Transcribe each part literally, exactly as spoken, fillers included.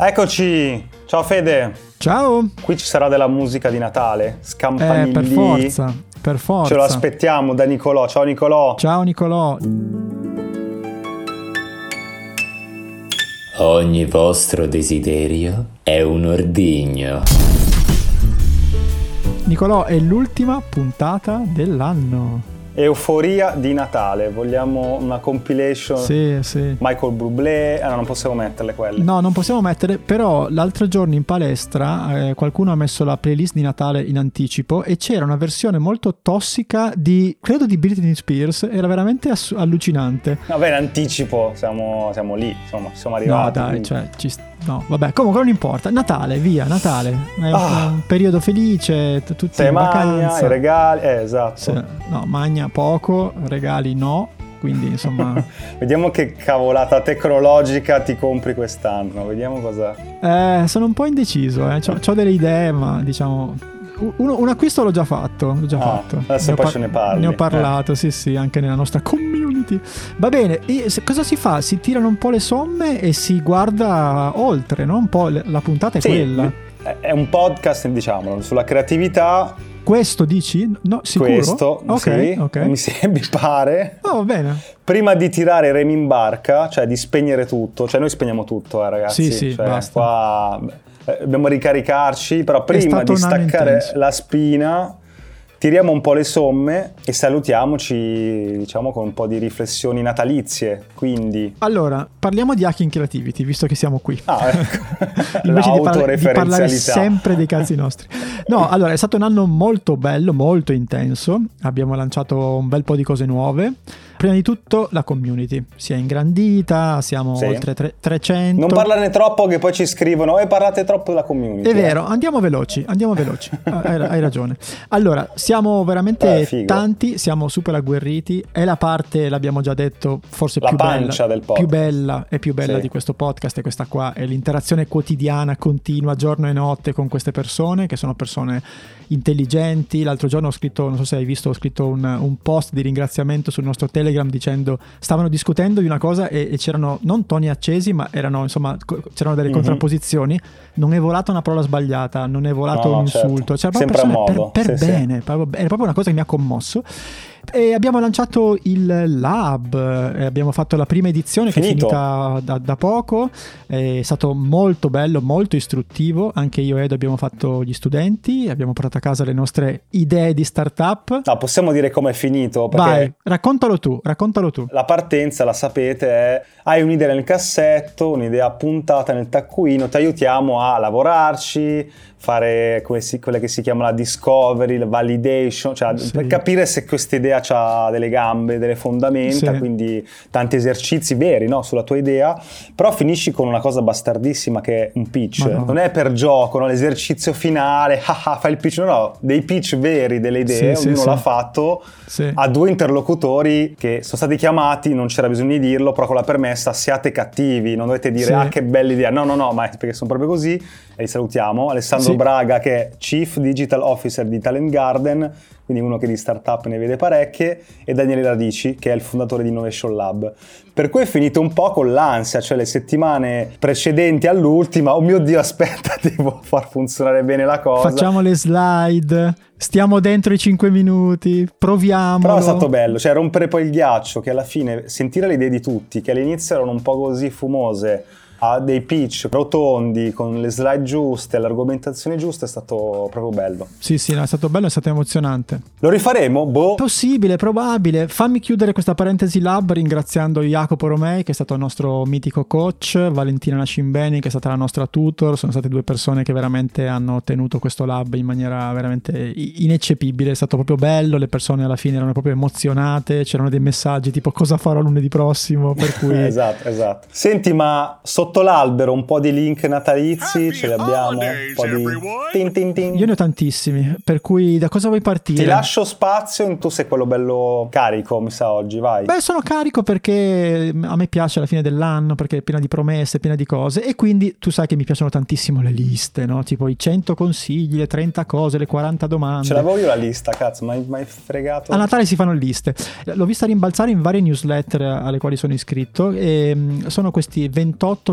Eccoci, ciao Fede. Ciao. Qui ci sarà della musica di Natale, scampanili. Eh, per forza, per forza. Ce lo aspettiamo da Nicolò. Ciao Nicolò. Ciao Nicolò. Ogni vostro desiderio è un ordigno. Nicolò, è l'ultima puntata dell'anno. Euforia di Natale, vogliamo una compilation? Sì, sì. Michael Bublé, ah, no, non possiamo metterle quelle. No, non possiamo mettere, però l'altro giorno in palestra eh, qualcuno ha messo la playlist di Natale in anticipo e c'era una versione molto tossica di, credo di Britney Spears, era veramente ass- allucinante. Vabbè, in anticipo, siamo, siamo lì, insomma, siamo arrivati. No, dai, quindi. cioè, ci st- no, vabbè, comunque non importa. Natale, via, Natale. È Ah. un periodo felice, t- tutti Se in magna, vacanza. i regali, eh, esatto. Se- no, magna poco, regali no, quindi insomma... Vediamo che cavolata tecnologica ti compri quest'anno, vediamo cosa... eh, sono un po' indeciso, eh. C'ho, c'ho delle idee, ma diciamo... Un, un acquisto l'ho già fatto, l'ho già Ah, fatto. adesso Ne ho poi par- ce ne parli. Ne ho parlato, eh. sì sì, anche nella nostra community. Va bene, e se- cosa si fa? Si tirano un po' le somme e si guarda oltre, no? Un po' le- la puntata è Sì, quella. è un podcast, diciamolo, sulla creatività. Questo dici? No, sicuro? Questo, Ok, sì, ok. mi, se- mi pare. Oh, va bene. Prima di tirare i remi in barca, cioè di spegnere tutto, cioè noi spegniamo tutto, eh, ragazzi. Sì, sì, cioè, basta. Qua eh, dobbiamo ricaricarci, però prima stato di un anno staccare intenso. la spina, tiriamo un po' le somme e salutiamoci, diciamo, con un po' di riflessioni natalizie. Quindi, Allora, parliamo di hacking creativity, visto che siamo qui. ah, ecco. Invece di, parla- di parlare L'autoreferenzialità. sempre dei cazzi nostri. No, allora è stato un anno molto bello, molto intenso. Abbiamo lanciato un bel po' di cose nuove. Prima di tutto la community si è ingrandita, siamo Sì. oltre tre- trecento. Non parlarne troppo che poi ci scrivono e parlate troppo della community. È vero, andiamo veloci, andiamo veloci. Ah, hai, hai ragione. Allora, siamo veramente Eh, figo. tanti, siamo super agguerriti. È la parte, l'abbiamo già detto, forse La più pancia bella, del podcast. più bella e più bella Sì. di questo podcast. E questa qua è l'interazione quotidiana, continua, giorno e notte con queste persone che sono persone intelligenti. L'altro giorno ho scritto, non so se hai visto, ho scritto un, un post di ringraziamento sul nostro Telegram dicendo stavano discutendo di una cosa e, e c'erano non toni accesi, ma erano insomma co- c'erano delle Mhm. contrapposizioni. Non è volata una parola sbagliata, non è volato No, no, un certo. insulto, c'era Sempre proprio a persone modo, per, per sì, sì. bene, proprio- era proprio una cosa che mi ha commosso. E abbiamo lanciato il lab, eh, abbiamo fatto la prima edizione che Finito. è finita da, da poco, è stato molto bello, molto istruttivo. Anche io e Edo abbiamo fatto gli studenti, abbiamo portato a casa le nostre idee di startup. No, possiamo dire com'è finito? Perché Vai, raccontalo tu, raccontalo tu. la partenza, la sapete, è hai un'idea nel cassetto, un'idea puntata nel taccuino, ti aiutiamo a lavorarci, fare come si- quella che si chiama la discovery, la validation, cioè Sì. per capire se questa idea ha delle gambe, delle fondamenta, Sì. quindi tanti esercizi veri, no, sulla tua idea, però finisci con una cosa bastardissima che è un pitch. Ma no. Non è per gioco, no, l'esercizio finale, ah, ah, fai il pitch, no, no, dei pitch veri delle idee, Sì, sì, ognuno sì. l'ha fatto. Sì. A due interlocutori che sono stati chiamati, non c'era bisogno di dirlo, però con la permessa siate cattivi, non dovete dire Sì. ah che bella idea, no no no, ma è perché sono proprio così. E li salutiamo. Alessandro Sì. Braga, che è Chief Digital Officer di Talent Garden, quindi uno che di startup ne vede parecchie, e Daniele Radici, che è il fondatore di Innovation Lab. Per cui è finito un po' con l'ansia, cioè le settimane precedenti all'ultima, oh mio Dio, aspetta, devo far funzionare bene la cosa. Facciamo le slide, stiamo dentro i cinque minuti, proviamo. Però è stato bello, cioè rompere poi il ghiaccio, che alla fine sentire le idee di tutti, che all'inizio erano un po' così fumose, a dei pitch rotondi, con le slide giuste, l'argomentazione giusta, è stato proprio bello. Sì, sì, no, è stato bello, è stato emozionante. Lo rifaremo? Boh. Possibile, probabile. Fammi chiudere questa parentesi lab ringraziando Jacopo Romei, che è stato il nostro mitico coach, Valentina Nascimbeni, che è stata la nostra tutor. Sono state due persone che veramente hanno tenuto questo lab in maniera veramente ineccepibile. È stato proprio bello, le persone alla fine erano proprio emozionate, c'erano dei messaggi tipo cosa farò lunedì prossimo, per cui... esatto, esatto. Senti, ma sotto l'albero un po' di link natalizi ce li abbiamo? Un po' di... tin, tin, tin. Io ne ho tantissimi, per cui da cosa vuoi partire? Ti lascio spazio e tu sei quello bello carico, mi sa, oggi, vai. Beh, sono carico perché a me piace alla fine dell'anno, perché è piena di promesse, piena di cose, e quindi tu sai che mi piacciono tantissimo le liste, no? Tipo i cento consigli, le trenta cose, le quaranta domande. Ce l'avevo io la lista, cazzo, ma hai fregato. A Natale si fanno liste. L'ho vista rimbalzare in varie newsletter alle quali sono iscritto, e sono questi ventotto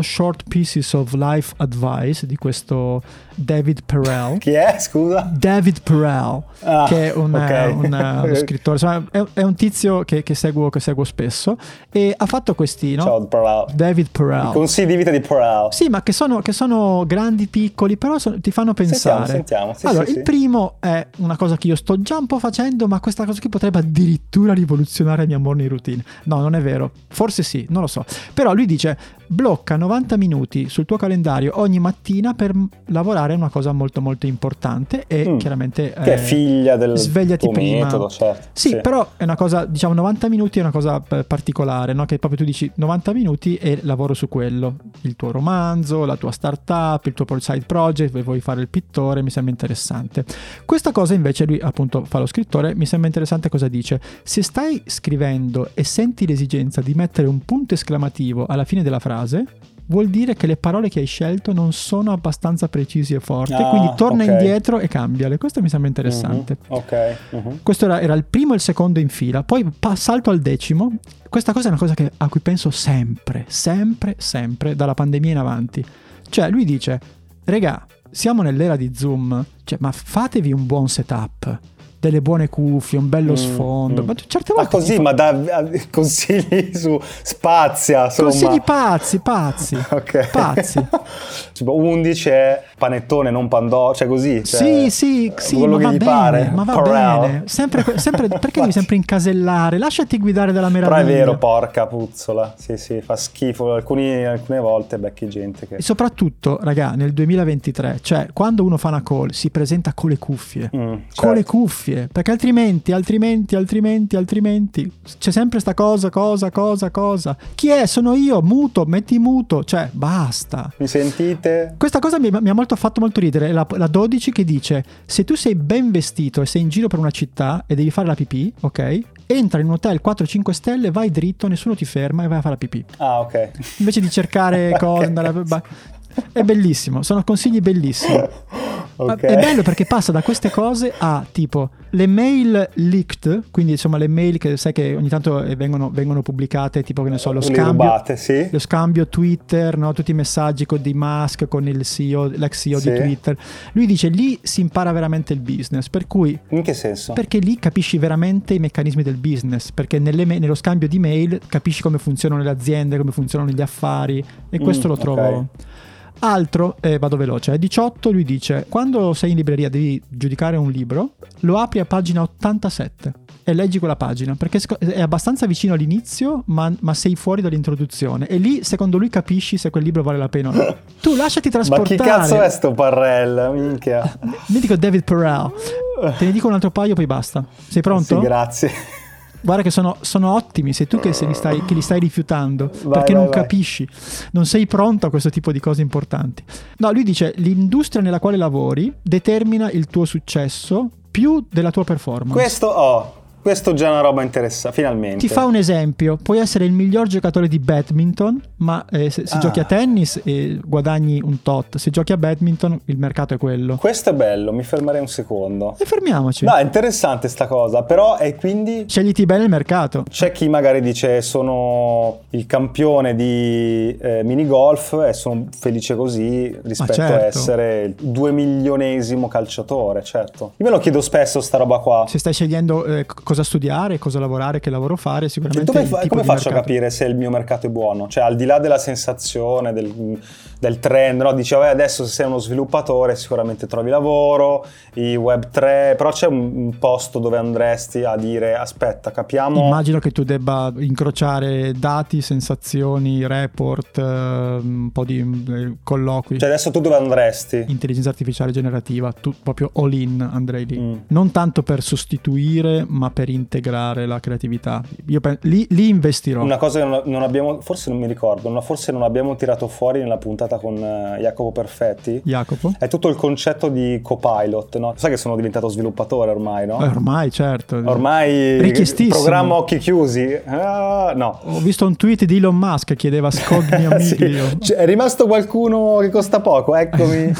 Short Pieces of Life Advice di questo David Perell. Chi è, scusa? David Perell, ah, che è un, okay. un, uno scrittore, insomma, è, è un tizio che, che, seguo, che seguo spesso, e ha fatto questi, no? Ciao Perell. David Perell. I consigli di vita di Perell. Sì, ma che sono, che sono grandi, piccoli, però sono, ti fanno pensare. Sentiamo, sentiamo. Sì, allora, sì, il sì. primo è una cosa che io sto già un po' facendo, ma questa cosa qui potrebbe addirittura rivoluzionare la mia morning routine. No, non è vero. Forse sì, non lo so. Però lui dice: blocca novanta minuti sul tuo calendario ogni mattina per lavorare a una cosa molto molto importante e mm. chiaramente che eh, è figlia del svegliati tuo prima. metodo, certo. Sì, sì, però è una cosa, diciamo, novanta minuti è una cosa particolare, no? Che proprio tu dici novanta minuti e lavoro su quello, il tuo romanzo, la tua startup, il tuo side project, vuoi fare il pittore, mi sembra interessante. Questa cosa invece lui appunto fa lo scrittore, mi sembra interessante cosa dice: se stai scrivendo e senti l'esigenza di mettere un punto esclamativo alla fine della frase, vuol dire che le parole che hai scelto non sono abbastanza precisi e forti, ah, quindi torna okay. indietro e cambiale. Questo mi sembra interessante. Mm-hmm. Okay. Mm-hmm. Questo era, era il primo e il secondo in fila. Poi pa- salto al decimo. Questa cosa è una cosa che, a cui penso sempre, sempre, sempre, dalla pandemia in avanti. Cioè lui dice: regà, siamo nell'era di Zoom, cioè, ma fatevi un buon setup, delle buone cuffie, un bello sfondo. Mm, mm. Ma certe volte ma così, fa... ma da consigli su spazia, insomma. Consigli pazzi, pazzi. Ok. Pazzi. undici è panettone, non pandò, cioè così. Cioè, sì, sì, sì, quello ma che va gli bene, pare. ma va Perel. bene. Sempre, sempre, perché devi sempre incasellare? Lasciati guidare dalla meraviglia. Però è vero, porca puzzola. Sì, sì, fa schifo. Alcuni, alcune volte becchi gente che... E soprattutto, raga, nel duemilaventitré, cioè quando uno fa una call, si presenta con le cuffie. Mm, certo. Con le cuffie. Perché altrimenti, altrimenti, altrimenti, altrimenti c'è sempre sta cosa, cosa, cosa, cosa. Chi è? Sono io, muto, metti muto. Cioè, basta. Mi sentite? Questa cosa mi, mi ha molto fatto molto ridere. La, la dodici che dice: se tu sei ben vestito e sei in giro per una città e devi fare la pipì, ok? Entra in un hotel quattro cinque stelle, vai dritto, nessuno ti ferma e vai a fare la pipì. Ah, ok. Invece di cercare cose, andare a... È bellissimo, sono consigli bellissimi. Okay. È bello perché passa da queste cose a tipo le mail leaked, quindi insomma le mail che sai che ogni tanto vengono, vengono pubblicate, tipo che ne so, lo scambio, rubate, sì. lo scambio Twitter, no? Tutti i messaggi con di Musk, con il C E O, l'ex C E O sì. di Twitter. Lui dice lì si impara veramente il business, per cui... In che senso? Perché lì capisci veramente i meccanismi del business, perché nelle, nello scambio di mail capisci come funzionano le aziende, come funzionano gli affari, e questo mm, lo trovo... Okay. Altro, eh, vado veloce, è diciotto, lui dice: quando sei in libreria devi giudicare un libro, lo apri a pagina ottantasette e leggi quella pagina, perché è abbastanza vicino all'inizio, ma, ma sei fuori dall'introduzione, e lì secondo lui capisci se quel libro vale la pena o no. Tu lasciati trasportare. Ma chi cazzo è sto Parrell? Minchia. Mi dico David Perell. Te ne dico un altro paio, poi basta. Sei pronto? Sì, grazie. Guarda che sono, sono ottimi, sei tu che, se li stai, che li stai rifiutando, vai, perché vai, non vai. capisci, non sei pronto a questo tipo di cose importanti. No, lui dice: l'industria nella quale lavori determina il tuo successo più della tua performance. Questo oh, questo già è una roba interessante, finalmente. Ti fa un esempio: puoi essere il miglior giocatore di badminton, ma eh, se, se ah. giochi a tennis eh, guadagni un tot, se giochi a badminton il mercato è quello. Questo è bello, mi fermerei un secondo. E fermiamoci. No, è interessante sta cosa, però è quindi... Scegliti bene il mercato. C'è chi magari dice: sono il campione di eh, minigolf e sono felice così rispetto certo. a essere il due milionesimo calciatore, certo. Io me lo chiedo spesso sta roba qua. Se stai scegliendo eh, cosa studiare, cosa lavorare, che lavoro fare, sicuramente dove fa- come faccio mercato. a capire se il mio mercato è buono? Cioè, al di là della sensazione, del, del trend, no? Dice, vabbè, adesso se sei uno sviluppatore sicuramente trovi lavoro, i web tre, però c'è un, un posto dove andresti a dire: aspetta, capiamo... Immagino che tu debba incrociare dati, sensazioni, report, eh, un po' di eh, colloqui. Cioè, adesso tu dove andresti? Intelligenza artificiale generativa, tu proprio all in andrei lì. Mm. Non tanto per sostituire, ma per integrare la creatività. Io penso, lì, lì investirò. Una cosa che non, non abbiamo, forse non mi ricordo, no, forse non abbiamo tirato fuori nella puntata con uh, Jacopo Perfetti. Jacopo? È tutto il concetto di copilot, no? Sai che sono diventato sviluppatore ormai, no? Eh, ormai, certo. Ormai richiestissimo. Programma occhi chiusi. Ah, no. Ho visto un tweet di Elon Musk che chiedeva scognio sì. Cioè, è rimasto qualcuno che costa poco, eccomi.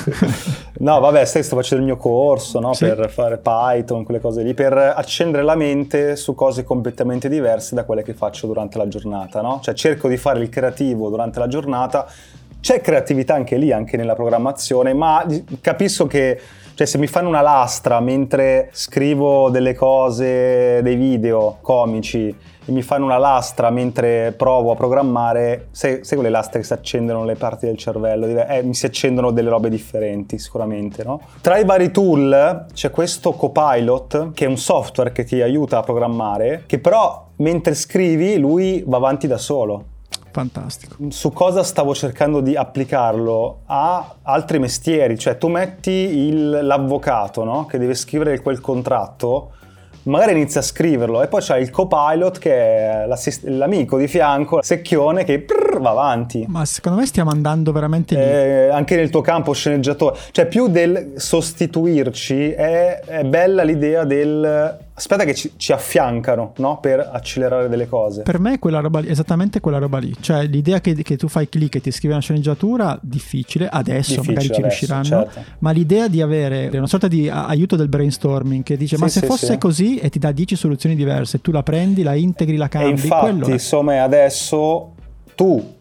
No, vabbè, sto facendo il mio corso, no? Sì. Per fare Python, quelle cose lì, per accendere la mente su cose completamente diverse da quelle che faccio durante la giornata, no? Cioè cerco di fare il creativo durante la giornata, c'è creatività anche lì, anche nella programmazione, ma capisco che, cioè, se mi fanno una lastra mentre scrivo delle cose, dei video comici, e mi fanno una lastra mentre provo a programmare, sai, sai quelle lastre che si accendono le parti del cervello? Eh, mi si accendono delle robe differenti sicuramente, no? Tra i vari tool c'è questo Copilot, che è un software che ti aiuta a programmare, che però mentre scrivi lui va avanti da solo. Fantastico. Su cosa stavo cercando di applicarlo? A altri mestieri, cioè tu metti il, l'avvocato, no? Che deve scrivere quel contratto, magari inizia a scriverlo e poi c'è il Copilot che è l'amico di fianco, secchione, che prrr, va avanti. Ma secondo me stiamo andando veramente lì. Eh, anche nel tuo campo sceneggiatore, cioè più del sostituirci è, è bella l'idea del aspetta che ci, ci affiancano, no? Per accelerare delle cose. Per me è quella roba lì, esattamente quella roba lì, cioè l'idea che, che tu fai click e ti scrivi una sceneggiatura, difficile adesso, difficile magari ci adesso, riusciranno, certo. Ma l'idea di avere una sorta di aiuto del brainstorming che dice sì, ma se sì, fosse sì. così, e ti dà dieci soluzioni diverse, tu la prendi, la integri, la cambi. E infatti insomma adesso tu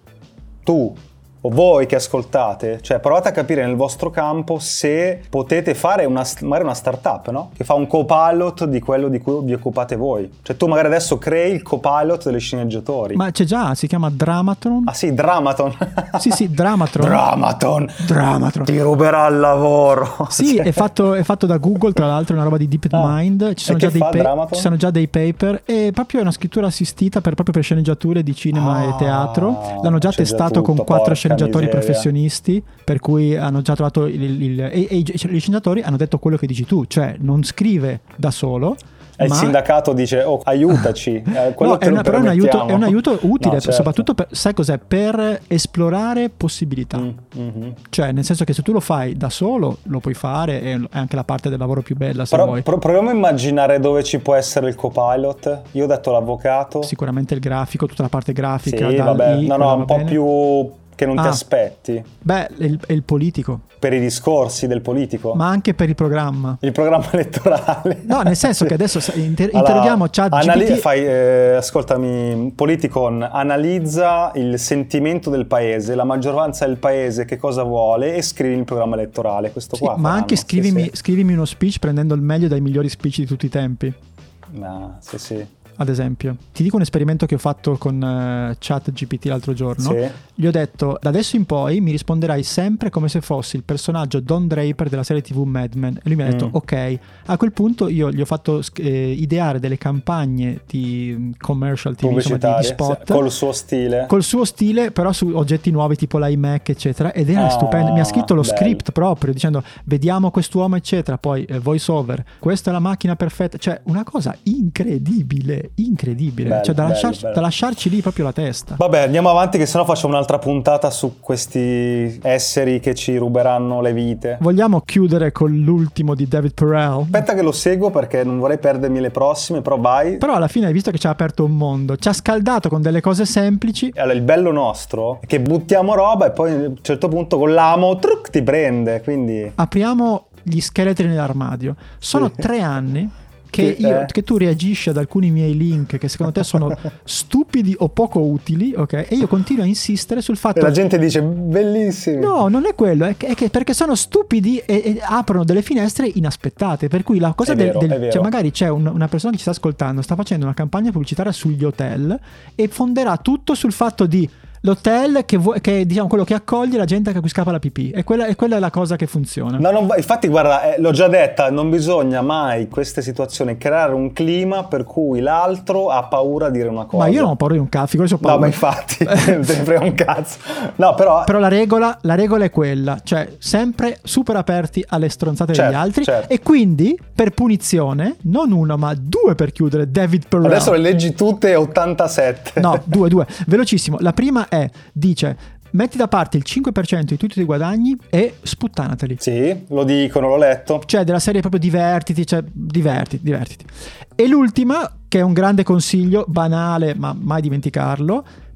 tu o voi che ascoltate, cioè provate a capire nel vostro campo se potete fare una, magari una startup, no? Che fa un copilot di quello di cui vi occupate voi. Cioè tu magari adesso crei il copilot degli sceneggiatori. Ma c'è già, si chiama Dramatron. Ah sì, Dramatron. Sì sì, Dramatron. Dramatron. Dramatron. Ti ruberà il lavoro. Sì, è fatto, è fatto da Google, tra l'altro, è una roba di DeepMind. Ah, ci sono già dei pa- ci sono già dei paper, e proprio è una scrittura assistita per, proprio per sceneggiature di cinema ah, e teatro. L'hanno già testato già con quattro sceneggiatori miseria. professionisti, per cui hanno già trovato il, il, il e, e gli sceneggiatori hanno detto quello che dici tu, cioè non scrive da solo. E ma... il sindacato dice oh aiutaci, eh, quello no, te è lo una, però è un, aiuto, è un aiuto utile, no, certo. soprattutto per, sai cos'è? Per esplorare possibilità. Mm, mm-hmm. Cioè nel senso che se tu lo fai da solo lo puoi fare, è anche la parte del lavoro più bella se però, vuoi. Pro- proviamo a immaginare dove ci può essere il copilot. Io ho detto l'avvocato. Sicuramente il grafico, tutta la parte grafica. Sì, vabbè, I, no no, un po' bene. Più che non ah, ti aspetti. Beh, è il, è il politico. Per i discorsi del politico. Ma anche per il programma. Il programma elettorale. No, nel senso che adesso inter- allora, interroghiamo ChatGPT. Anali- fai, eh, ascoltami, Politicon analizza il sentimento del paese, la maggioranza del paese che cosa vuole, e scrivi il programma elettorale. Questo sì, qua ma faranno. anche scrivimi, sì, sì. scrivimi uno speech prendendo il meglio dai migliori speech di tutti i tempi. No, sì, sì. Ad esempio, ti dico un esperimento che ho fatto con uh, ChatGPT l'altro giorno. Sì. Gli ho detto: da adesso in poi mi risponderai sempre come se fossi il personaggio Don Draper della serie tivù Mad Men. E lui mi ha detto mm. ok. A quel punto io gli ho fatto eh, ideare delle campagne di commercial T V, insomma, di, di spot, sì, col suo stile col suo stile però su oggetti nuovi tipo l'iMac eccetera, ed era ah, stupendo. Mi ha scritto lo bello. script proprio dicendo vediamo quest'uomo eccetera, poi eh, voice over, questa è la macchina perfetta, cioè una cosa incredibile incredibile, bello, cioè da, bello, lasciar, bello. da lasciarci lì proprio la testa. Vabbè, andiamo avanti che sennò facciamo un'altra puntata su questi esseri che ci ruberanno le vite. Vogliamo chiudere con l'ultimo di David Perel? Aspetta che lo seguo perché non vorrei perdermi le prossime, però vai. Però alla fine hai visto che ci ha aperto un mondo, ci ha scaldato con delle cose semplici. Allora il bello nostro è che buttiamo roba e poi a un certo punto con l'amo truc, ti prende, quindi apriamo gli scheletri nell'armadio. Sono sì. tre anni Che, io, che tu reagisci ad alcuni miei link che secondo te sono stupidi o poco utili, ok? E io continuo a insistere sul fatto e la gente dice bellissimi. No, non è quello, è che, è che perché sono stupidi e, e aprono delle finestre inaspettate. Per cui la cosa è del, vero, del cioè magari c'è un, una persona che ci sta ascoltando, sta facendo una campagna pubblicitaria sugli hotel e fonderà tutto sul fatto di l'hotel che, vu- che è diciamo quello che accoglie la gente a cui scappa la pipì, e quella, e quella è la cosa che funziona. No, non, infatti guarda, eh, l'ho già detta, non bisogna mai in queste situazioni creare un clima per cui l'altro ha paura di dire una cosa. Ma io non ho paura di un cazzo, figurati se ho paura. No, ma infatti te ne frega un cazzo. No, però però la regola, la regola è quella, cioè sempre super aperti alle stronzate certo, degli altri certo. E quindi per punizione non uno ma due per chiudere David Perel. Adesso le leggi tutte ottantasette. No, due, due, velocissimo. La prima è, dice: metti da parte il cinque per cento di tutti i tuoi guadagni e sputtanateli. Sì, lo dicono, l'ho letto. Cioè della serie proprio divertiti, cioè divertiti, divertiti. E l'ultima, che è un grande consiglio, banale ma mai dimenticarlo: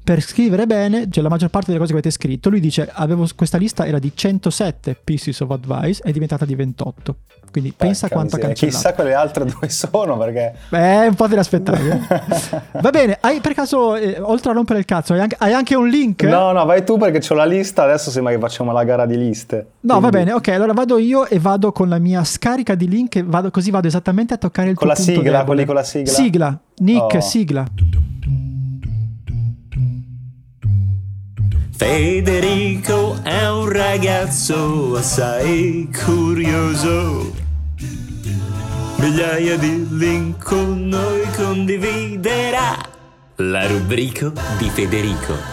per scrivere bene, cioè la maggior parte delle cose che avete scritto, lui dice avevo questa lista era di centosette pieces of advice, è diventata di ventotto. Quindi Pecca pensa quanto ha cancellato. Chissà quelle altre dove sono, perché... Beh, un po' te l'aspettavi. Eh? Va bene, hai per caso, eh, oltre a rompere il cazzo, hai anche, hai anche un link? No, no, vai tu perché c'ho la lista, adesso sembra che facciamo la gara di liste. No, quindi... va bene, ok, allora vado io e vado con la mia scarica di link, e vado, così vado esattamente a toccare il con tuo la punto sigla, debole. quelli con la sigla. Sigla, Nick, Oh. sigla. Federico è un ragazzo assai curioso. Migliaia di link con noi condividerà. La rubrica di Federico.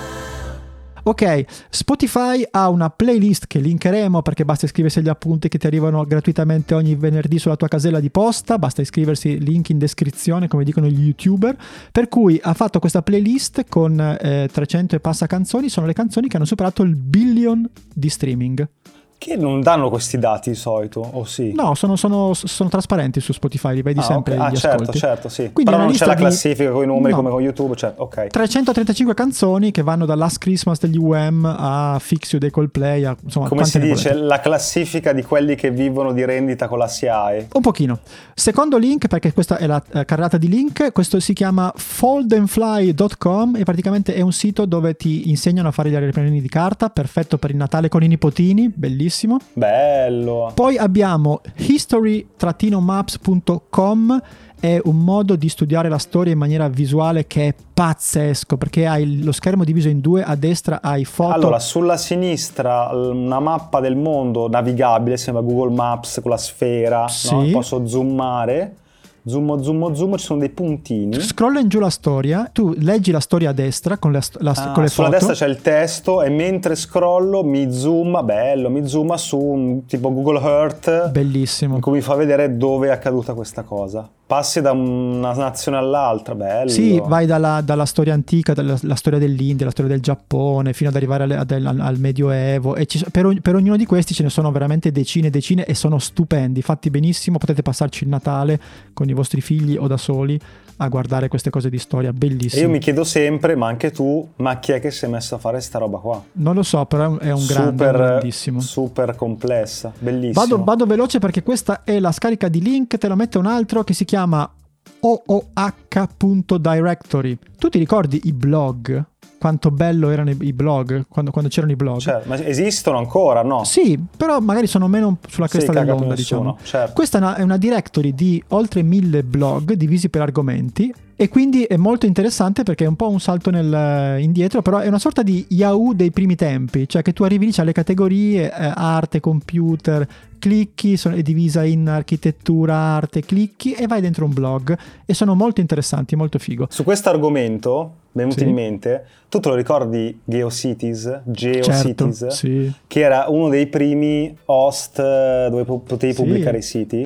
Ok, Spotify ha una playlist che linkeremo perché basta iscriversi agli appunti che ti arrivano gratuitamente ogni venerdì sulla tua casella di posta, basta iscriversi, link in descrizione come dicono gli youtuber, per cui ha fatto questa playlist con eh, trecento e passa canzoni, sono le canzoni che hanno superato il billion di streaming. Che non danno questi dati di solito, o sì? No, sono, sono, sono trasparenti su Spotify, li vedi ah, sempre okay. gli ah, certo, ascolti. certo, sì. Quindi però non c'è la di... classifica con i numeri no. come con YouTube, cioè, ok. trecentotrentacinque canzoni che vanno da Last Christmas degli U M a Fix You dei Coldplay, a, insomma, come si dice, volete. la classifica di quelli che vivono di rendita con la S I A E. Un pochino. Secondo link, perché questa è la uh, carrellata di link, questo si chiama fold and fly dot com e praticamente è un sito dove ti insegnano a fare gli aeroplanini di carta, perfetto per il Natale con i nipotini, bellissimo. Bello. Poi abbiamo history maps punto com, è un modo di studiare la storia in maniera visuale che è pazzesco, perché hai lo schermo diviso in due, a destra hai foto. Allora, sulla sinistra una mappa del mondo navigabile, sembra Google Maps con la sfera, sì. no? Posso zoomare. Zoom, zoom, zoom, ci sono dei puntini. Scrolla in giù la storia, tu leggi la storia a destra con le, la, ah, con le sulla foto. destra c'è il testo e mentre scrollo mi zooma, bello, mi zooma su un tipo Google Earth. Bellissimo. In cui mi fa vedere dove è accaduta questa cosa. Passi da una nazione all'altra, bello. Sì, vai dalla, dalla storia antica, dalla la storia dell'India, la storia del Giappone, fino ad arrivare al, al, al Medioevo. E ci, per, per ognuno di questi ce ne sono veramente decine e decine e sono stupendi, fatti benissimo. Potete passarci il Natale con i vostri figli o da soli a guardare queste cose di storia, bellissime. E io mi chiedo sempre, ma anche tu, ma chi è che si è messo a fare sta roba qua? Non lo so, però è un grande, super, un grandissimo. Super complessa, bellissimo. Vado, vado veloce perché questa è la scarica di link, te lo mette un altro che si chiama O O H punto directory. Tu ti ricordi i blog? Quanto bello erano i, i blog, quando, quando c'erano i blog. Certo, ma esistono ancora, no? Sì, però magari sono meno sulla cresta sì, dell'onda, diciamo. Certo. Questa è una, è una directory di oltre mille blog divisi per argomenti e quindi è molto interessante perché è un po' un salto nel, indietro, però è una sorta di Yahoo dei primi tempi, cioè che tu arrivi lì, c'è le categorie, eh, arte, computer, clicchi, sono, è divisa in architettura, arte, clicchi e vai dentro un blog e sono molto interessanti, molto figo. Su questo argomento mi è venuto sì. in mente, tu te lo ricordi GeoCities? GeoCities? Certo, sì. Che era uno dei primi host dove potevi sì. pubblicare i siti.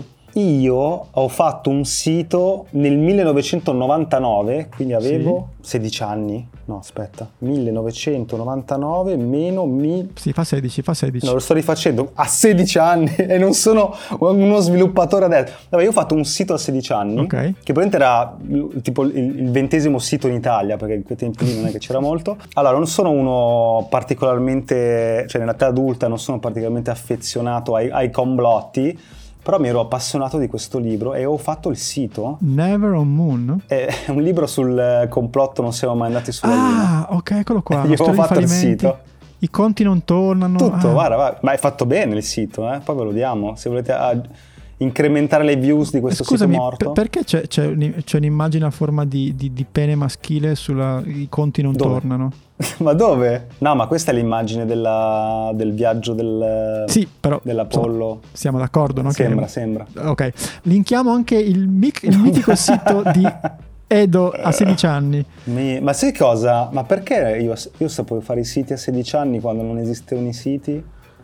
Io ho fatto un sito nel millenovecentonovantanove, quindi avevo sì. sedici anni. No, aspetta, millenovecentonovantanove meno mi... Sì, fa sedici, fa sedici. No, lo sto rifacendo a sedici anni e non sono uno sviluppatore adesso. Vabbè, io ho fatto un sito a sedici anni, okay. che probabilmente era tipo il, il ventesimo sito in Italia, perché in quei tempi lì non è che c'era molto. Allora, non sono uno particolarmente, cioè nell'età adulta non sono particolarmente affezionato ai, ai complotti, però mi ero appassionato di questo libro e ho fatto il sito. Never on Moon? È un libro sul complotto, non siamo mai andati sulla Luna. Ah, ok, eccolo qua. Io ho fatto il sito. I conti non tornano. Tutto, ah. guarda, guarda, ma è fatto bene il sito, eh? Poi ve lo diamo, se volete a, incrementare le views di questo Scusami, sito morto. P- perché c'è, c'è, c'è un'immagine a forma di, di, di pene maschile sulla i conti non dove? tornano? Ma dove? No, ma questa è l'immagine della, del viaggio del, sì, però, dell'Apollo. Insomma, siamo d'accordo, no? Sembra, che... sembra. Ok, linkiamo anche il, mic- il mitico sito di Edo a sedici anni. Mi... Ma sai cosa? Ma perché io, io sapevo fare i siti a sedici anni quando non esistevano i siti?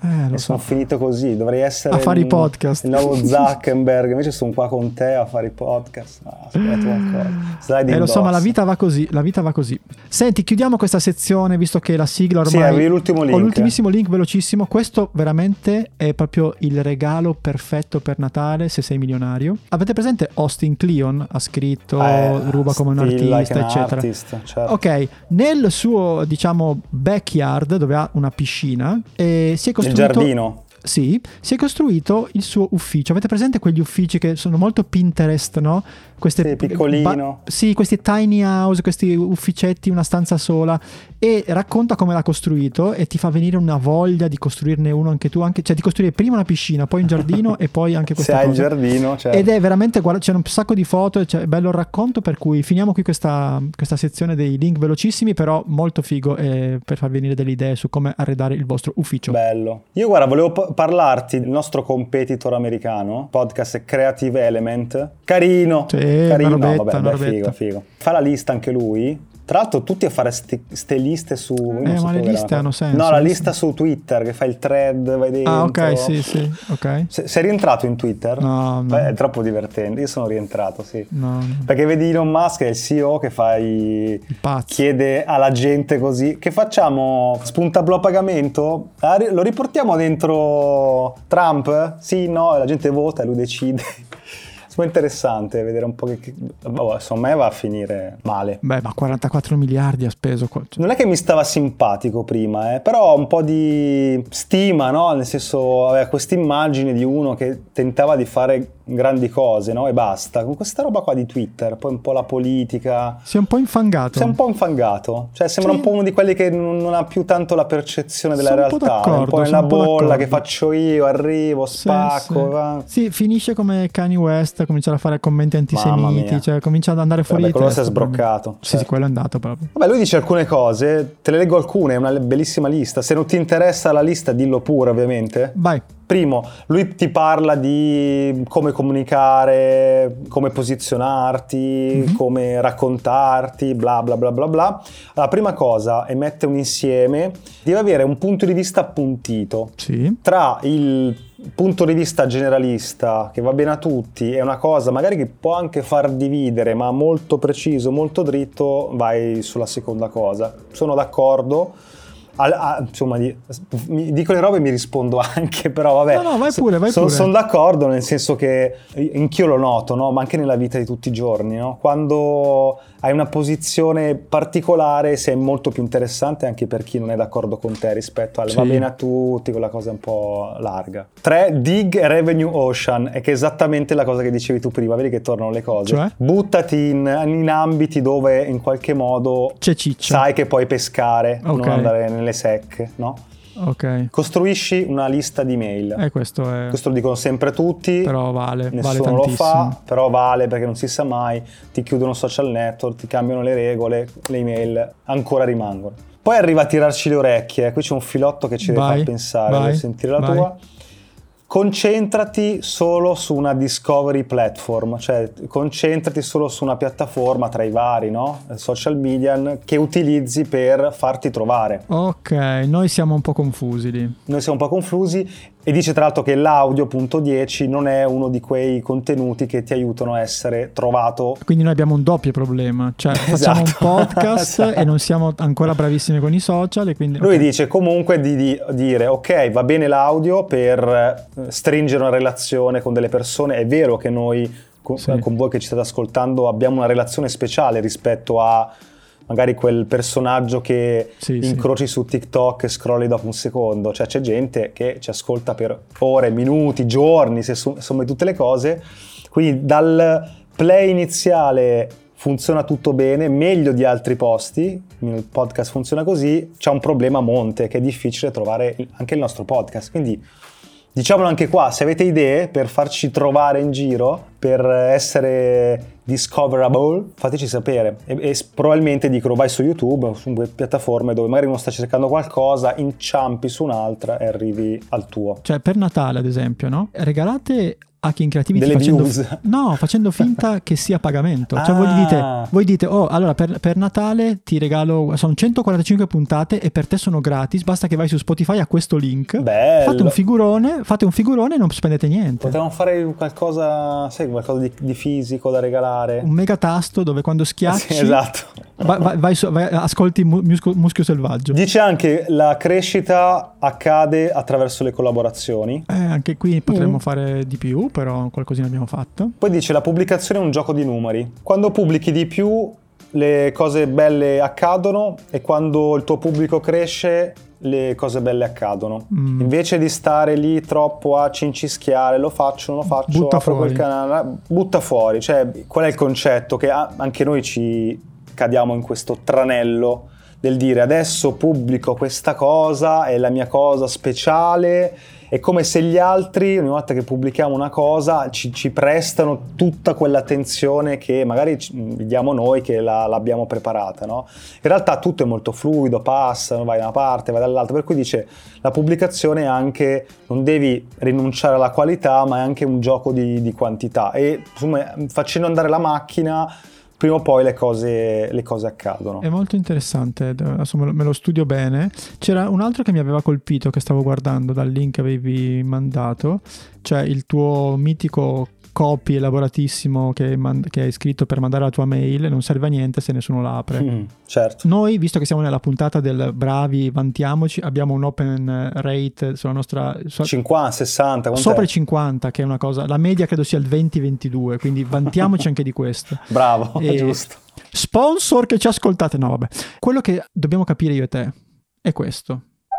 Eh, lo e so. sono finito così, dovrei essere a fare il, i podcast. il nuovo Zuckerberg, invece sono qua con te a fare i podcast. No, aspetta qualcosa. Slide Eh, lo so, ma la indosso. vita va così, la vita va così. Senti, chiudiamo questa sezione, visto che la sigla ormai... Sì, avevi l'ultimo link. Ho l'ultimissimo link velocissimo. Questo veramente è proprio il regalo perfetto per Natale se sei milionario. Avete presente Austin Kleon? Ha scritto Eh, Ruba come un Still artista, like an eccetera. artist, certo. Ok, nel suo, diciamo, backyard, dove ha una piscina, e si è Nel costruito... giardino. Sì, si è costruito il suo ufficio. Avete presente quegli uffici che sono molto Pinterest, no? Queste Sì, piccolino. ba- sì, questi tiny house, questi ufficetti, una stanza sola. E racconta come l'ha costruito e ti fa venire una voglia di costruirne uno anche tu, anche, cioè di costruire prima una piscina, poi un giardino e poi anche questa Se cosa. hai il giardino, certo. Ed è veramente, guarda, c'è un sacco di foto, cioè, è bello il racconto, per cui finiamo qui questa, questa sezione dei link velocissimi, però molto figo, eh, per far venire delle idee su come arredare il vostro ufficio. Bello. Io guarda, volevo p- parlarti del nostro competitor americano, podcast Creative Element. Carino. Sì, Carino, una no, robetta, vabbè, una beh, figo, robetta. figo. Fa la lista anche lui. Tra l'altro tutti a fare sti- ste liste su... io non Eh, so ma le come liste era. hanno senso. No, la sì. lista su Twitter, che fai il thread, vai dentro. Ah, ok, sì, sì, ok. Se- sei rientrato in Twitter? No, no. Beh, è troppo divertente. Io sono rientrato, sì. No, no. Perché vedi Elon Musk, è il C E O che fa i... Pazzo. chiede alla gente così, che facciamo? Spuntablo a pagamento? Ah, ri- lo riportiamo dentro Trump? Sì, no, e la gente vota e lui decide. È interessante vedere un po' che, che boh, secondo me va a finire male. Beh, ma quarantaquattro miliardi ha speso qua. Non è che mi stava simpatico prima, eh, però un po' di stima, no? Nel senso, aveva questa immagine di uno che tentava di fare grandi cose, no? E basta. Con questa roba qua di Twitter, poi un po' la politica. Si è un po' infangato. Si è un po' infangato. Cioè, sembra Sì. un po' uno di quelli che non, non ha più tanto la percezione della Sono un po' realtà. È un d'accordo, po' nella sono un po' bolla d'accordo. che faccio io, arrivo, Sì, spacco. sì. va. Sì, finisce come Kanye West, cominciare a fare commenti Mamma antisemiti, mia. cioè comincia ad andare fuori Vabbè, di quello testa. si è sbroccato, Sì, certo. sì, quello è andato proprio. Vabbè, lui dice alcune cose, te le leggo alcune, è una bellissima lista. Se non ti interessa la lista, dillo pure, ovviamente. Vai. Primo, lui ti parla di come comunicare, come posizionarti, Mm-hmm. come raccontarti, bla bla bla bla bla. La prima cosa, e mette un insieme, deve avere un punto di vista appuntito. Sì. Tra il punto di vista generalista, che va bene a tutti, è una cosa magari che può anche far dividere, ma molto preciso, molto dritto, vai sulla seconda cosa. Sono d'accordo. Al, a, insomma, di, mi dico le robe e mi rispondo anche, però vabbè. No, no, vai pure, vai so, pure. Sono d'accordo, nel senso che anch'io lo noto, no? Ma anche nella vita di tutti i giorni, no? Quando hai una posizione particolare sei molto più interessante anche per chi non è d'accordo con te rispetto al Sì. va bene a tutti, quella cosa un po' larga. Tre, dig revenue ocean, è che è esattamente la cosa che dicevi tu prima, vedi che tornano le cose. Cioè? Buttati in, in ambiti dove in qualche modo C'è ciccia. sai che puoi pescare, Ok. non andare nelle secche, no? Ok. Costruisci una lista di mail. E questo è... Questo lo dicono sempre tutti. Però vale, vale Nessuno lo tantissimo. fa, però vale perché non si sa mai. Ti chiudono social network, ti cambiano le regole, le email ancora rimangono. Poi arriva a tirarci le orecchie. Qui c'è un filotto che ci deve Vai, far pensare, vai, devo sentire la vai. tua. Concentrati solo su una discovery platform, cioè concentrati solo su una piattaforma tra i vari, no? Social media che utilizzi per farti trovare. Ok, noi siamo un po' confusi lì. Noi siamo un po' confusi e dice tra l'altro che l'audio punto dieci non è uno di quei contenuti che ti aiutano a essere trovato. Quindi noi abbiamo un doppio problema, cioè facciamo un Esatto. podcast Esatto. e non siamo ancora bravissimi con i social e quindi... Lui ok. dice comunque di, di dire ok, va bene l'audio per eh, stringere una relazione con delle persone. È vero che noi con, Sì. con voi che ci state ascoltando abbiamo una relazione speciale rispetto a magari quel personaggio che Sì, sì. incroci su TikTok e scrolli dopo un secondo. Cioè c'è gente che ci ascolta per ore, minuti, giorni, se su- somme tutte le cose. Quindi dal play iniziale funziona tutto bene, meglio di altri posti, il podcast funziona così, c'è un problema a monte che è difficile trovare anche il nostro podcast, quindi diciamolo anche qua, se avete idee per farci trovare in giro, per essere discoverable, fateci sapere e, e probabilmente dicono vai su YouTube o su piattaforme dove magari uno sta cercando qualcosa, inciampi su un'altra e arrivi al tuo. Cioè per Natale ad esempio, no? Regalate Hacking Creativity delle facendo, views. no, facendo finta che sia a pagamento. Cioè Ah. voi dite, voi dite oh, allora per, per Natale ti regalo, sono centoquarantacinque puntate e per te sono gratis, basta che vai su Spotify a questo link. Bello. Fate un figurone, fate un figurone e non spendete niente. Potremmo fare qualcosa, sai, qualcosa di, di fisico da regalare. Un mega tasto dove quando schiacci Sì, esatto. vai, vai, vai su, vai, ascolti mu- Muschio, Muschio Selvaggio. Dice anche la crescita accade attraverso le collaborazioni. Eh, anche qui potremmo Mm. fare di più, però qualcosina abbiamo fatto. Poi dice la pubblicazione è un gioco di numeri. Quando pubblichi di più le cose belle accadono e quando il tuo pubblico cresce le cose belle accadono. Mm. Invece di stare lì troppo a cincischiare, lo faccio, non lo faccio, Butta apro fuori. quel canale, butta fuori. Cioè, qual è il concetto? Che a- anche noi ci cadiamo in questo tranello del dire adesso pubblico questa cosa, è la mia cosa speciale. È come se gli altri, ogni volta che pubblichiamo una cosa, ci, ci prestano tutta quell'attenzione che magari ci- vediamo noi che la- l'abbiamo preparata, no? In realtà tutto è molto fluido, passa, vai da una parte, vai dall'altra, per cui dice la pubblicazione è anche, non devi rinunciare alla qualità, ma è anche un gioco di, di quantità e insomma, facendo andare la macchina prima o poi le cose, le cose accadono. È molto interessante, adesso me lo, me lo studio bene. C'era un altro che mi aveva colpito, che stavo guardando dal link che avevi mandato, cioè il tuo mitico copy elaboratissimo che, man- che hai scritto per mandare la tua mail, non serve a niente se nessuno la apre. Mm, certo. Noi, visto che siamo nella puntata del bravi, vantiamoci, abbiamo un open rate sulla nostra... su- cinquanta, sessanta, quant'è? sopra i cinquanta, che è una cosa... La media credo sia il venti ventidue, quindi vantiamoci anche di questo. Bravo, E- giusto. Sponsor che ci ascoltate, no vabbè. Quello che dobbiamo capire io e te è questo.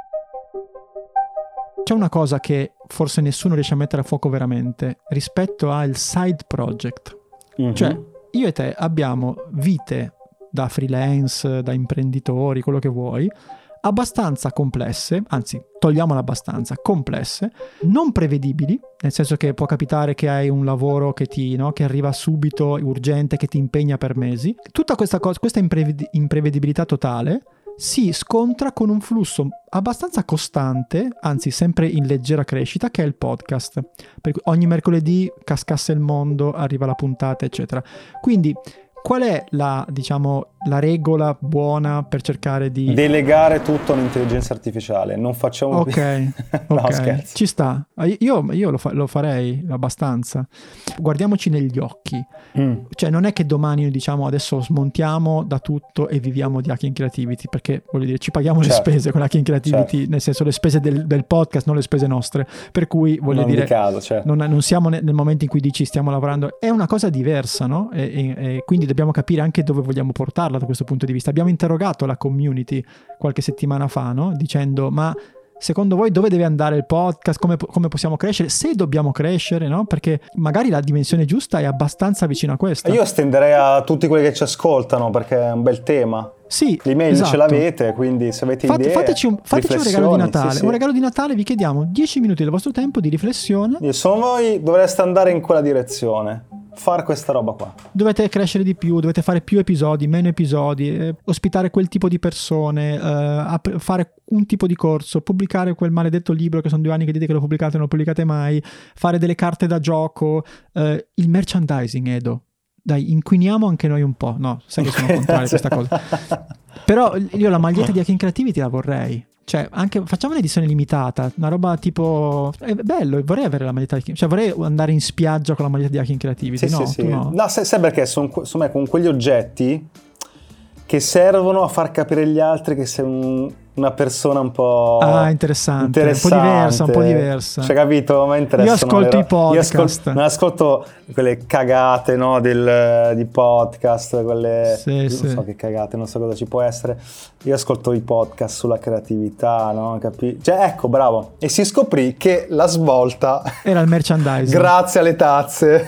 C'è una cosa che forse nessuno riesce a mettere a fuoco veramente rispetto al side project. Mhm. Cioè, io e te abbiamo vite da freelance, da imprenditori, quello che vuoi, abbastanza complesse, anzi, togliamola abbastanza, complesse, non prevedibili, nel senso che può capitare che hai un lavoro che ti, no, che arriva subito, urgente, che ti impegna per mesi. Tutta questa cosa, questa impreved- imprevedibilità totale si scontra con un flusso abbastanza costante, anzi sempre in leggera crescita, che è il podcast. Per cui ogni mercoledì cascasse il mondo, arriva la puntata, eccetera. Quindi qual è la, diciamo, la regola buona per cercare di... Delegare tutto a un'intelligenza artificiale, non facciamo Ok, no, ok, scherzo. ci sta. Io, io lo, fa- lo farei abbastanza. Guardiamoci negli occhi. Mm. Cioè non è che domani diciamo adesso smontiamo da tutto e viviamo di Hacking Creativity, perché voglio dire ci paghiamo Certo. le spese con Hacking Creativity, Certo. nel senso le spese del, del podcast, non le spese nostre, per cui voglio Non dire di caso, certo. non, non siamo ne- nel momento in cui dici stiamo lavorando, è una cosa diversa, no? E, e- e quindi dobbiamo capire anche dove vogliamo portarla da questo punto di vista. Abbiamo interrogato la community qualche settimana fa, no? Dicendo ma secondo voi dove deve andare il podcast, come, come possiamo crescere, se dobbiamo crescere, no? Perché magari la dimensione giusta è abbastanza vicina a questa. Io estenderei a tutti quelli che ci ascoltano perché è un bel tema. Sì, L'email esatto. ce l'avete, quindi se avete Fate- idee, fateci un, fateci un regalo di riflessioni, Natale. sì, sì. Un regalo di Natale, vi chiediamo dieci minuti del vostro tempo di riflessione. Io sono voi, dovreste andare in quella direzione, far questa roba qua. Dovete crescere di più, dovete fare più episodi, meno episodi, eh, ospitare quel tipo di persone, eh, ap- fare un tipo di corso, pubblicare quel maledetto libro che sono due anni che dite che lo pubblicate e non lo pubblicate mai, fare delle carte da gioco, eh, il merchandising, Edo. Dai, inquiniamo anche noi un po'. No, sai che sono contrario a questa cosa. Però io la maglietta di Hacking Creativity la vorrei. Cioè, anche facciamo un'edizione limitata, una roba tipo... È bello, vorrei avere la maglietta di... Cioè, vorrei andare in spiaggia con la maglietta di Hacking Creativity. Sì, no, sì, tu sì. no. No, sai, sai perché? Sono, sono me con quegli oggetti che servono a far capire agli altri che sei un, una persona un po' Ah, interessante. interessante. Un po' diversa, un po' diversa. Cioè, capito? Mi interessano Io ascolto le- i podcast. Io ascolto, non ascolto quelle cagate, no, del, di podcast, quelle... Sì, non sì. so che cagate, non so cosa ci può essere. Io ascolto i podcast sulla creatività, no? Capi- cioè, ecco, bravo. E si scoprì che la svolta... Era il merchandising. Grazie alle tazze.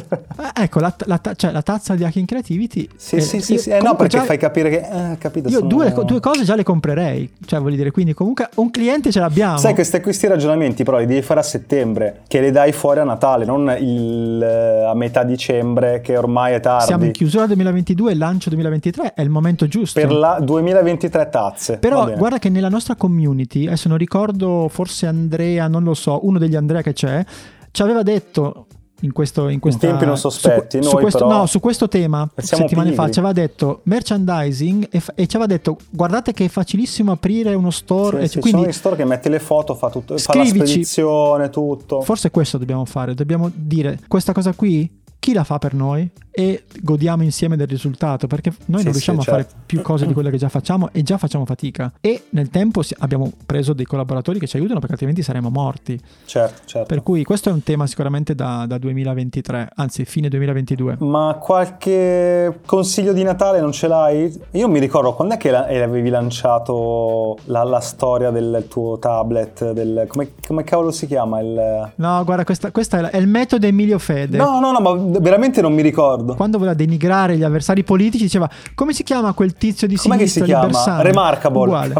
Eh, ecco, la, la, ta- cioè, la tazza di Hacking Creativity. Sì, eh, sì, sì, io- sì. Eh, no, comunque perché già- fai capire che... Eh, capito, Io sono- due, due cose già le comprerei. Cioè, voglio dire, quindi comunque un cliente ce l'abbiamo. Sai, questi, questi ragionamenti però li devi fare a settembre, che li dai fuori a Natale, non il, eh, a metà dicembre, che ormai è tardi. Siamo in chiusura duemilaventidue, lancio duemilaventitré, è il momento giusto. Per la duemilaventitré tazze. Va Però bene. guarda che nella nostra community, adesso non ricordo, forse Andrea, non lo so, uno degli Andrea che c'è, ci aveva detto in questo in questa, in tempi non sospetti, su, noi su questo, però no, su questo tema settimane fa ci aveva detto merchandising e, fa, e ci aveva detto guardate che è facilissimo aprire uno store, sì, e sì, quindi sono i store che metti le foto, fa tutto, fa la spedizione, tutto. Forse questo dobbiamo fare, dobbiamo dire questa cosa qui chi la fa per noi e godiamo insieme del risultato, perché noi sì, non riusciamo sì, a certo. fare più cose di quelle che già facciamo e già facciamo fatica, e nel tempo abbiamo preso dei collaboratori che ci aiutano perché altrimenti saremmo morti. Certo, certo. Per cui questo è un tema sicuramente da, da duemilaventitré, anzi fine duemilaventidue. Ma qualche consiglio di Natale non ce l'hai? Io mi ricordo quando è che avevi lanciato la, la storia del tuo tablet, del, come, come cavolo si chiama? Il... No, guarda, questa, questa è, è il metodo Emilio Fede. No, no, no, ma veramente non mi ricordo. Quando voleva denigrare gli avversari politici diceva come si chiama quel tizio di Com'è sinistra? Come si chiama? Bersani? Remarkable. Uguale.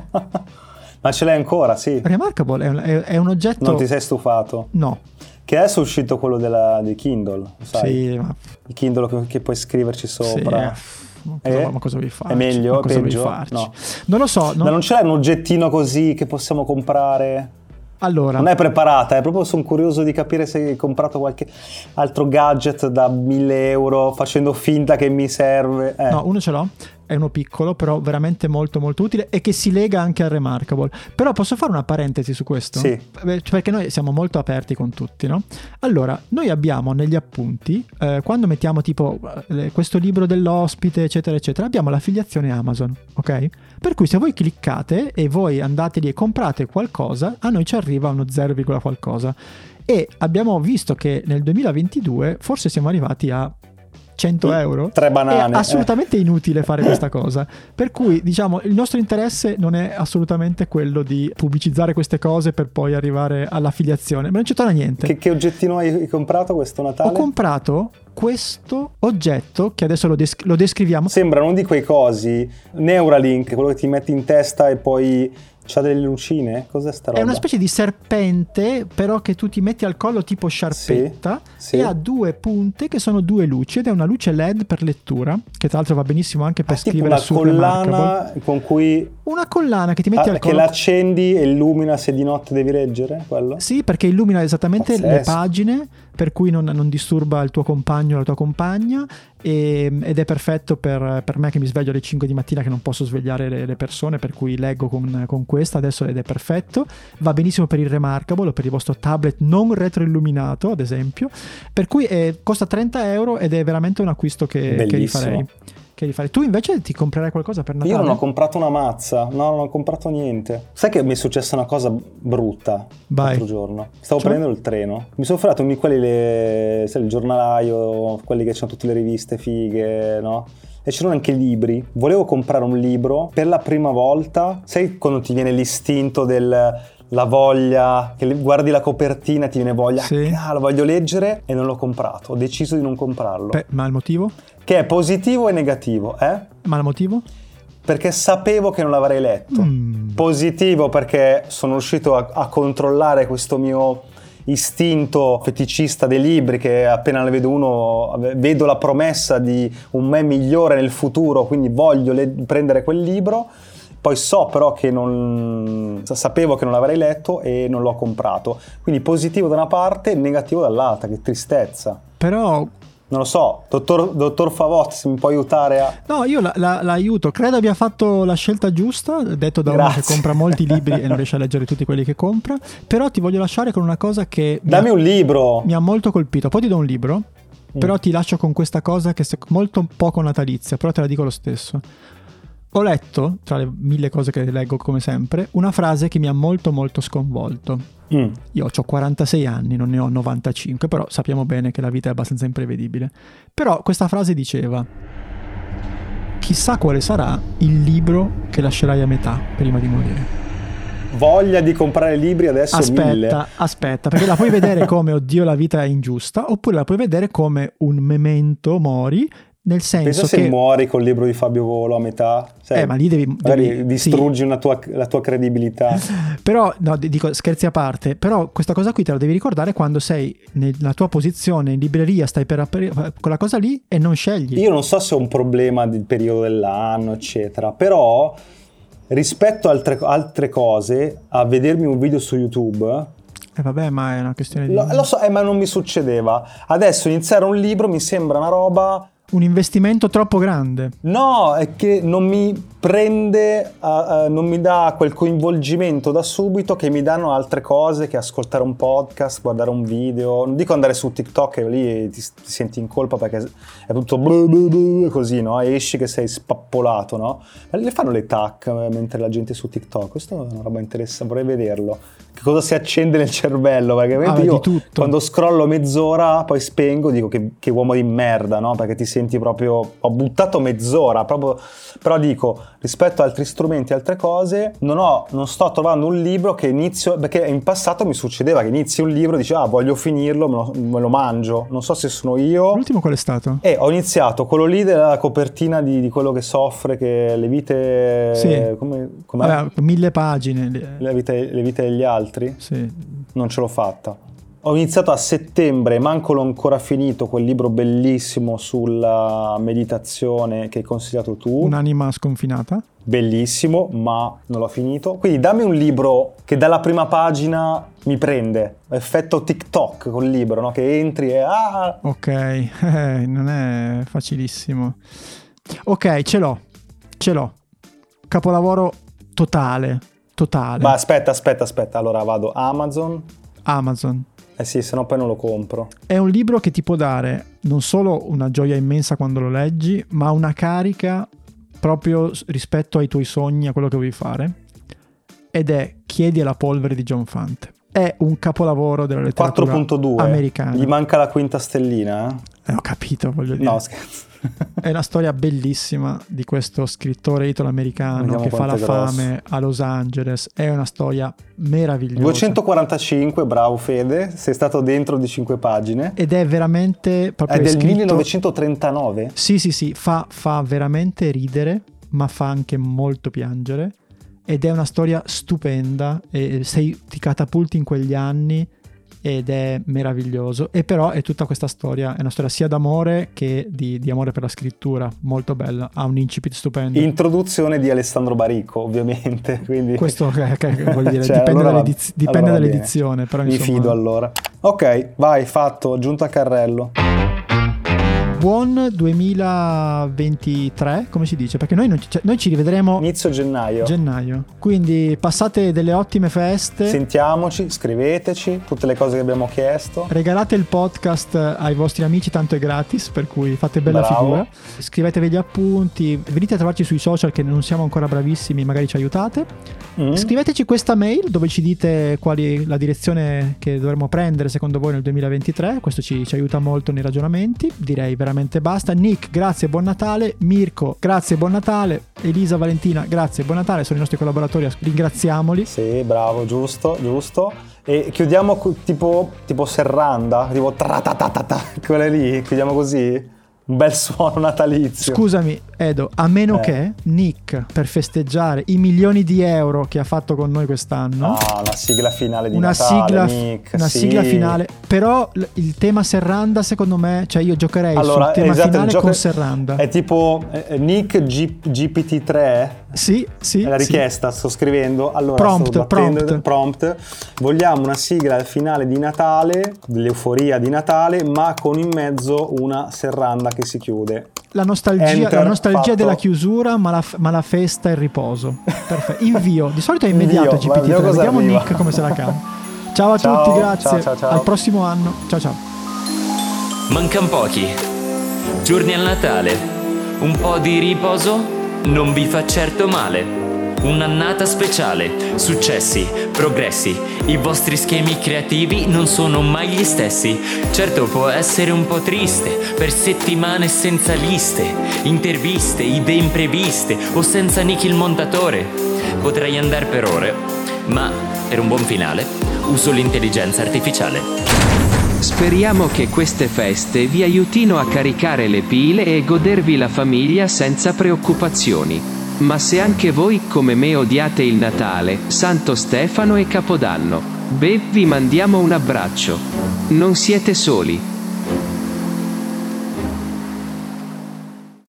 Ma ce l'hai ancora, sì. Remarkable è un, è, è un oggetto... Non ti sei stufato? No. Che adesso è uscito quello della, di Kindle, sai? Sì, ma... Il Kindle che, che puoi scriverci sopra. Sì, ma, cosa, eh? ma cosa vuoi farci? È meglio? Ma cosa Peggio? vuoi farci? No. Non lo so. Non... Ma non c'è un oggettino così che possiamo comprare? Allora, non è preparata, è proprio sono curioso di capire se hai comprato qualche altro gadget da mille euro facendo finta che mi serve. Eh. No, uno ce l'ho, è uno piccolo, però veramente molto molto utile e che si lega anche al Remarkable. Però posso fare una parentesi su questo? Sì. Perché noi siamo molto aperti con tutti, no? Allora, noi abbiamo negli appunti, eh, quando mettiamo tipo eh, questo libro dell'ospite, eccetera, eccetera, abbiamo l'affiliazione Amazon, ok? Per cui se voi cliccate e voi andate lì e comprate qualcosa, a noi ci arriva uno zero, qualcosa. E abbiamo visto che nel duemilaventidue forse siamo arrivati a cento euro. Tre banane. È assolutamente eh. inutile fare questa cosa. Per cui, diciamo, il nostro interesse non è assolutamente quello di pubblicizzare queste cose per poi arrivare all'affiliazione. Ma non ci torna niente. Che, che oggettino hai comprato questo Natale? Ho comprato questo oggetto che adesso lo, des- lo descriviamo. Sembra uno di quei cosi Neuralink, quello che ti metti in testa e poi c'ha delle lucine? Cos'è sta roba? È una specie di serpente, però che tu ti metti al collo tipo sciarpetta, sì, sì. E ha due punte che sono due luci ed è una luce L E D per lettura, che tra l'altro va benissimo anche per ah, scrivere tipo su una collana Remarkable. Con cui una collana che ti metti ah, al collo, che l'accendi e illumina se di notte devi leggere quello? Sì, perché illumina esattamente Pazzesco. le pagine, per cui non, non disturba il tuo compagno o la tua compagna, e, ed è perfetto per, per me che mi sveglio alle cinque di mattina, che non posso svegliare le, le persone, per cui leggo con, con questa adesso ed è perfetto. Va benissimo per il Remarkable o per il vostro tablet non retroilluminato, ad esempio, per cui è, costa trenta euro ed è veramente un acquisto che, che rifarei. Che rifarei. Tu invece ti comprerai qualcosa per Natale? Io non ho comprato una mazza, no, non ho comprato niente. Sai che mi è successa una cosa brutta Vai. l'altro giorno? Stavo Cioè? prendendo il treno, mi sono fregato uno di quelli, le, sai, il giornalaio, quelli che c'hanno tutte le riviste fighe, no? E c'erano anche libri. Volevo comprare un libro per la prima volta. Sai quando ti viene l'istinto del... la voglia, che guardi la copertina ti viene voglia, sì. ah, lo voglio leggere, e non l'ho comprato, ho deciso di non comprarlo. Beh, ma il motivo? Che è positivo e negativo, eh? Ma il motivo? Perché sapevo che non l'avrei letto. Mm. Positivo perché sono riuscito a, a controllare questo mio istinto feticista dei libri, che appena ne vedo uno vedo la promessa di un me migliore nel futuro, quindi voglio le- prendere quel libro. Poi so però che non sapevo che non l'avrei letto e non l'ho comprato. Quindi positivo da una parte e negativo dall'altra, che tristezza. Però non lo so, dottor, dottor Favot, se mi può aiutare a... No, io la, la, l'aiuto, credo abbia fatto la scelta giusta, detto da Grazie. uno che compra molti libri e non riesce a leggere tutti quelli che compra. Però ti voglio lasciare con una cosa che Dammi mi ha, un libro! mi ha molto colpito. Poi ti do un libro, mm. però ti lascio con questa cosa che è molto poco natalizia, però te la dico lo stesso. Ho letto, tra le mille cose che leggo come sempre, una frase che mi ha molto molto sconvolto. Mm. Io ho quarantasei anni, non ne ho novantacinque, però sappiamo bene che la vita è abbastanza imprevedibile. Però questa frase diceva: chissà quale sarà il libro che lascerai a metà prima di morire. Voglia di comprare libri adesso aspetta, mille. Aspetta, perché la puoi vedere come oddio la vita è ingiusta, oppure la puoi vedere come un memento mori. Nel senso Pensa che se muori col libro di Fabio Volo a metà, sai, eh, ma lì devi, magari devi distruggi sì. una tua, la tua credibilità. Però, no, dico scherzi a parte, però questa cosa qui te la devi ricordare quando sei nella tua posizione in libreria, stai per aprire quella cosa lì e non scegli. Io non so se è un problema del periodo dell'anno, eccetera, però rispetto a altre, altre cose, a vedermi un video su YouTube... Eh vabbè, ma è una questione di... Lo, lo so, eh, ma non mi succedeva. Adesso iniziare un libro mi sembra una roba... Un investimento troppo grande. No, è che non mi prende, uh, uh, non mi dà quel coinvolgimento da subito che mi danno altre cose, che ascoltare un podcast, guardare un video. Non dico andare su TikTok e lì ti, ti senti in colpa perché è tutto blu blu blu, così, no? E esci che sei spappolato, no? Ma le fanno le tac mentre la gente è su TikTok. Questo è una roba interessante, vorrei vederlo. Che cosa si accende nel cervello? Perché ah, io tutto. Quando scrollo mezz'ora poi spengo, dico che, che uomo di merda, no? Perché ti senti proprio... Ho buttato mezz'ora, proprio... Però dico, rispetto a altri strumenti, altre cose, non ho, non sto trovando un libro che inizio... Perché in passato mi succedeva che inizi un libro e dici, ah, voglio finirlo, me lo, me lo mangio. Non so se sono io... L'ultimo qual è stato? Eh, ho iniziato quello lì della copertina di, di quello che soffre, che le vite... Sì. Come, com'è? Vabbè, mille pagine. Le vite, le vite degli altri? Sì. Non ce l'ho fatta. Ho iniziato a settembre, manco l'ho ancora finito, quel libro bellissimo sulla meditazione che hai consigliato tu. Un'anima sconfinata. Bellissimo, ma non l'ho finito. Quindi dammi un libro che dalla prima pagina mi prende. Effetto TikTok col libro, no? Che entri e... Ah! Ok, eh, non è facilissimo. Ok, ce l'ho, ce l'ho. Capolavoro totale, totale. Ma aspetta, aspetta, aspetta. Allora vado Amazon. Amazon. Eh sì, se no poi non lo compro. È un libro che ti può dare non solo una gioia immensa quando lo leggi, ma una carica proprio rispetto ai tuoi sogni, a quello che vuoi fare. Ed è Chiedi alla polvere di John Fante. È un capolavoro della letteratura quattro punto due americana. Gli manca la quinta stellina, eh? Eh, ho capito, voglio dire. No, scherzo. È una storia bellissima di questo scrittore italo-americano Vediamo che fa la quanto è fame a Los Angeles. È una storia meravigliosa. duecentoquarantacinque, bravo Fede, sei stato dentro di cinque pagine. Ed è veramente proprio È del scritto... millenovecentotrentanove? Sì, sì, sì, fa, fa veramente ridere, ma fa anche molto piangere. Ed è una storia stupenda, e sei, ti catapulti in quegli anni ed è meraviglioso. E però è tutta questa storia, è una storia sia d'amore che di, di amore per la scrittura, molto bella, ha un incipit stupendo. Introduzione di Alessandro Barico, ovviamente, quindi... Questo che, che, voglio dire, cioè, dipende, allora dall'ediz- va, dipende allora dall'edizione, però mi insomma... fido allora. Ok, vai, fatto, giunto al carrello. Buon duemilaventitré, come si dice? Perché noi, non, cioè, noi ci rivedremo inizio gennaio. gennaio. Quindi passate delle ottime feste. Sentiamoci, scriveteci tutte le cose che abbiamo chiesto. Regalate il podcast ai vostri amici, tanto è gratis, per cui fate bella Bravo. figura. Scrivetevi gli appunti, venite a trovarci sui social che non siamo ancora bravissimi, magari ci aiutate. Mm. Scriveteci questa mail dove ci dite quali la direzione che dovremmo prendere secondo voi nel duemilaventitré. Questo ci, ci aiuta molto nei ragionamenti. Direi veramente basta. Nick, grazie, buon Natale. Mirko, grazie, buon Natale. Elisa, Valentina, grazie, buon Natale. Sono i nostri collaboratori, ringraziamoli. Sì, bravo, giusto, giusto. E chiudiamo tipo, tipo serranda, tipo tra-ta-ta-ta-ta, quelle lì, chiudiamo così. Un bel suono natalizio. Scusami Edo, a meno eh. che Nick, per festeggiare i milioni di euro che ha fatto con noi quest'anno, ah, una sigla finale di una Natale, sigla, Nick, una sì. sigla finale. Però il tema serranda secondo me, cioè io giocherei allora, sul tema esatto, finale gioco con serranda. È tipo eh, Nick G- G P T tre. Sì, sì. È la richiesta, sì. sto scrivendo. Allora, prompt, sto battendo, prompt. prompt. Vogliamo una sigla finale di Natale, dell'euforia di Natale, ma con in mezzo una serranda che si chiude. La nostalgia, Enter, la nostalgia fatto. della chiusura, ma la, ma la festa e il riposo. Perfetto. Invio. Di solito è immediato Invio, G P T tre. Vediamo arriva. Nick come se la cava. Ciao a ciao, tutti, grazie. Ciao, ciao, ciao. Al prossimo anno. Ciao ciao. Mancan pochi. Giorni al Natale. Un po' di riposo non vi fa certo male. Un'annata speciale, successi, progressi, i vostri schemi creativi non sono mai gli stessi. Certo può essere un po' triste, per settimane senza liste, interviste, idee impreviste o senza Nicky il montatore. Potrei andare per ore, ma per un buon finale uso l'intelligenza artificiale. Speriamo che queste feste vi aiutino a caricare le pile e godervi la famiglia senza preoccupazioni. Ma se anche voi come me odiate il Natale, Santo Stefano e Capodanno, beh, vi mandiamo un abbraccio. Non siete soli.